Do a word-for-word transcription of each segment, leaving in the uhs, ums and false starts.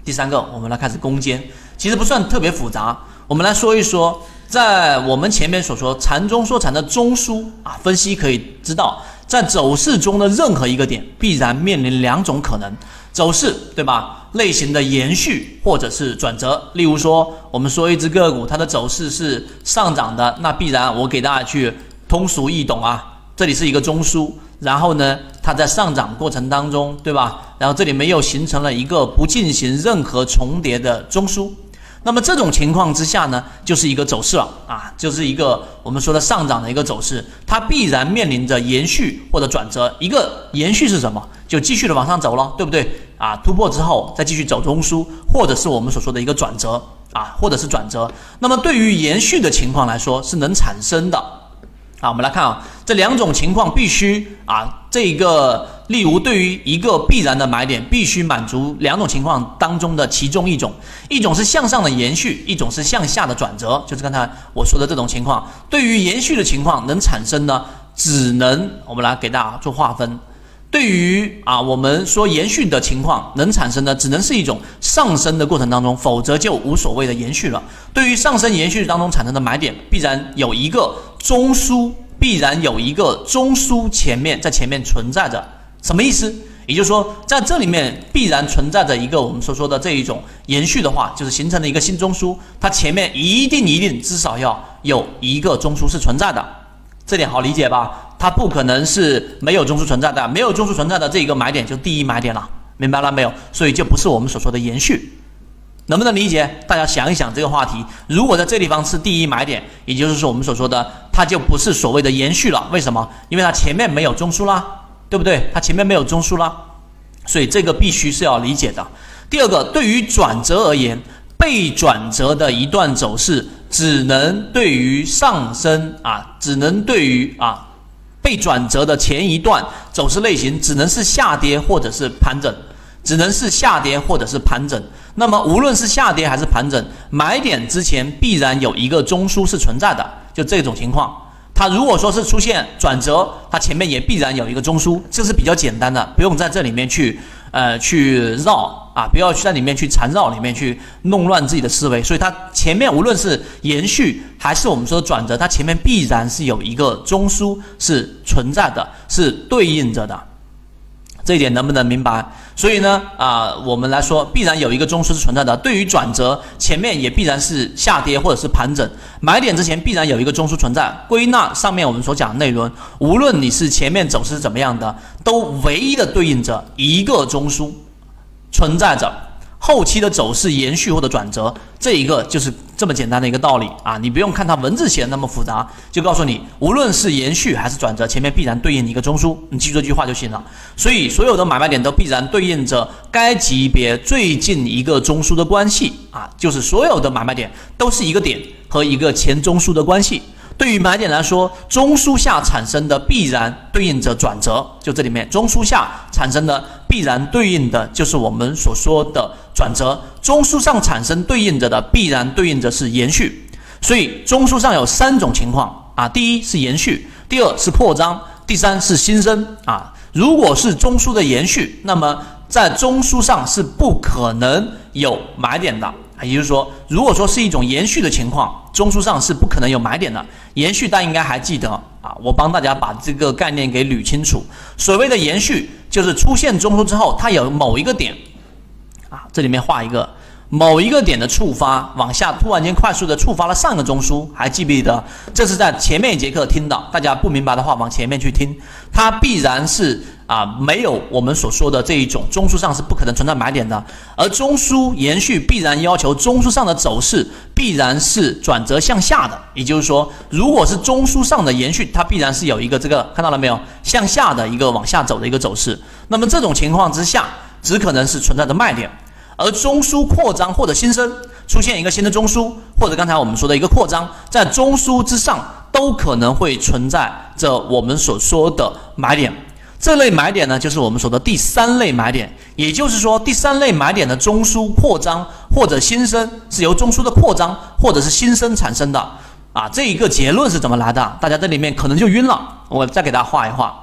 第三个，我们来开始攻坚，其实不算特别复杂。我们来说一说，在我们前面所说缠中说缠的中枢啊，分析可以知道，在走势中的任何一个点必然面临两种可能走势，对吧？类型的延续或者是转折。例如说，我们说一只个股它的走势是上涨的，那必然我给大家去通俗易懂啊，这里是一个中枢，然后呢，它在上涨过程当中，对吧？然后这里面又形成了一个不进行任何重叠的中枢。那么这种情况之下呢，就是一个走势了啊，就是一个我们说的上涨的一个走势，它必然面临着延续或者转折。一个延续是什么？就继续的往上走了，对不对啊？突破之后再继续走中枢，或者是我们所说的一个转折啊，或者是转折。那么对于延续的情况来说，是能产生的啊。我们来看啊，这两种情况必须啊，这个例如对于一个必然的买点，必须满足两种情况当中的其中一种，一种是向上的延续，一种是向下的转折，就是刚才我说的这种情况。对于延续的情况能产生呢，只能我们来给大家做划分。对于啊我们说延续的情况能产生的，只能是一种上升的过程当中，否则就无所谓的延续了。对于上升延续当中产生的买点，必然有一个中枢，必然有一个中枢前面在前面存在着。什么意思？也就是说，在这里面必然存在着一个我们所说的这一种延续的话，就是形成了一个新中枢，它前面一定一定至少要有一个中枢是存在的，这点好理解吧？它不可能是没有中枢存在的，没有中枢存在的这个买点就第一买点了，明白了没有？所以就不是我们所说的延续，能不能理解？大家想一想这个话题，如果在这地方是第一买点，也就是说我们所说的它就不是所谓的延续了，为什么？因为它前面没有中枢啦，对不对？它前面没有中枢啦，所以这个必须是要理解的。第二个，对于转折而言，被转折的一段走势只能对于上升啊，只能对于啊被转折的前一段走势类型只能是下跌或者是盘整，只能是下跌或者是盘整。那么无论是下跌还是盘整，买点之前必然有一个中枢是存在的，就这种情况。它如果说是出现转折，它前面也必然有一个中枢，这是比较简单的，不用在这里面去呃去绕啊，不要去在里面去缠绕，里面去弄乱自己的思维。所以它前面无论是延续还是我们说的转折，它前面必然是有一个中枢是存在的，是对应着的。这一点能不能明白？所以呢，啊、呃，我们来说，必然有一个中枢是存在的。对于转折，前面也必然是下跌或者是盘整，买点之前必然有一个中枢存在。归纳上面我们所讲的内容，无论你是前面走势是怎么样的，都唯一的对应着一个中枢存在着。后期的走势延续或者转折，这一个就是这么简单的一个道理啊！你不用看它文字写的那么复杂，就告诉你，无论是延续还是转折，前面必然对应一个中枢，你记住这句话就行了。所以所有的买卖点都必然对应着该级别最近一个中枢的关系啊，就是所有的买卖点都是一个点和一个前中枢的关系。对于买点来说，中枢下产生的必然对应着转折，就这里面中枢下产生的必然对应的就是我们所说的转折，中枢上产生对应着的必然对应着是延续。所以中枢上有三种情况啊，第一是延续，第二是扩张，第三是新生啊。如果是中枢的延续，那么在中枢上是不可能有买点的。也就是说，如果说是一种延续的情况，中枢上是不可能有买点的。延续大家应该还记得啊，我帮大家把这个概念给捋清楚。所谓的延续，就是出现中枢之后，它有某一个点啊，这里面画一个某一个点的触发，往下突然间快速的触发了上个中枢，还记不记得？这是在前面一节课听到，大家不明白的话往前面去听，它必然是啊，没有我们所说的这一种中枢上是不可能存在买点的，而中枢延续必然要求中枢上的走势必然是转折向下的，也就是说，如果是中枢上的延续，它必然是有一个这个看到了没有，向下的一个往下走的一个走势。那么这种情况之下，只可能是存在的卖点。而中枢扩张或者新生，出现一个新的中枢，或者刚才我们说的一个扩张，在中枢之上都可能会存在着我们所说的买点。这类买点呢，就是我们说的第三类买点，也就是说，第三类买点的中枢扩张或者新生是由中枢的扩张或者是新生产生的啊。这一个结论是怎么来的？大家这里面可能就晕了，我再给大家画一画。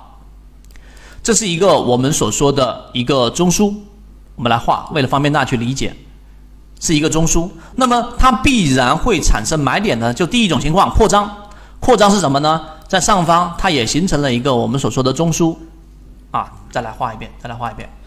这是一个我们所说的一个中枢，我们来画，为了方便大家去理解。 是一个中枢，那么它必然会产生买点呢？就第一种情况，扩张。扩张是什么呢？在上方它也形成了一个我们所说的中枢啊。再来画一遍，再来画一遍。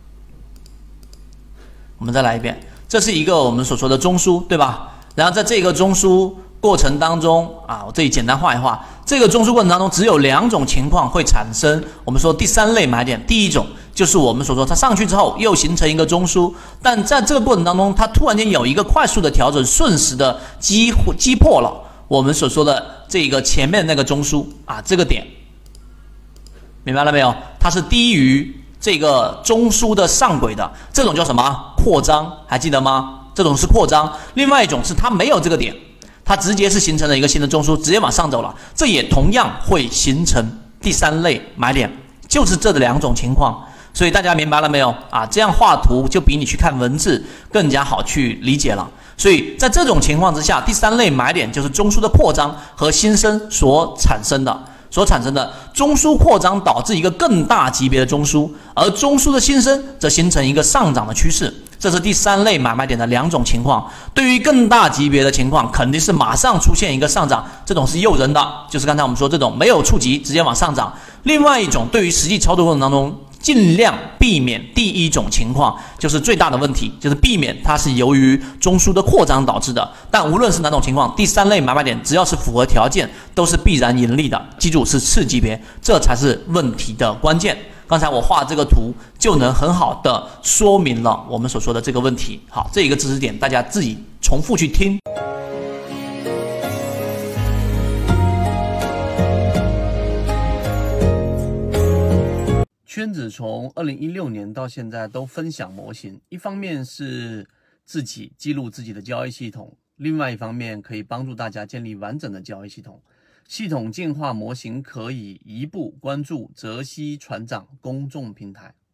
我们再来一遍，这是一个我们所说的中枢，对吧？然后在这个中枢过程当中啊，我这里简单画一画，这个中枢过程当中只有两种情况会产生我们说第三类买点。第一种就是我们所说它上去之后又形成一个中枢，但在这个过程当中它突然间有一个快速的调整，瞬时的击击破了我们所说的这个前面那个中枢啊，这个点明白了没有？它是低于这个中枢的上轨的，这种叫什么？扩张，还记得吗？这种是扩张。另外一种是它没有这个点，它直接是形成了一个新的中枢，直接往上走了，这也同样会形成第三类买点，就是这两种情况。所以大家明白了没有啊？这样画图就比你去看文字更加好去理解了。所以在这种情况之下，第三类买点就是中枢的扩张和新生所产生的。所产生的中枢扩张导致一个更大级别的中枢，而中枢的新生则形成一个上涨的趋势。这是第三类买卖点的两种情况。对于更大级别的情况，肯定是马上出现一个上涨，这种是诱人的，就是刚才我们说这种没有触及直接往上涨。另外一种，对于实际操作过程当中尽量避免第一种情况，就是最大的问题，就是避免它是由于中枢的扩张导致的。但无论是哪种情况，第三类买卖点只要是符合条件，都是必然盈利的。记住是次级别，这才是问题的关键。刚才我画这个图就能很好的说明了我们所说的这个问题。好，这一个知识点大家自己重复去听。圈子从二零一六年到现在都分享模型，一方面是自己记录自己的交易系统，另外一方面可以帮助大家建立完整的交易系统。系统进化模型可以移步关注泽西船长公众平台。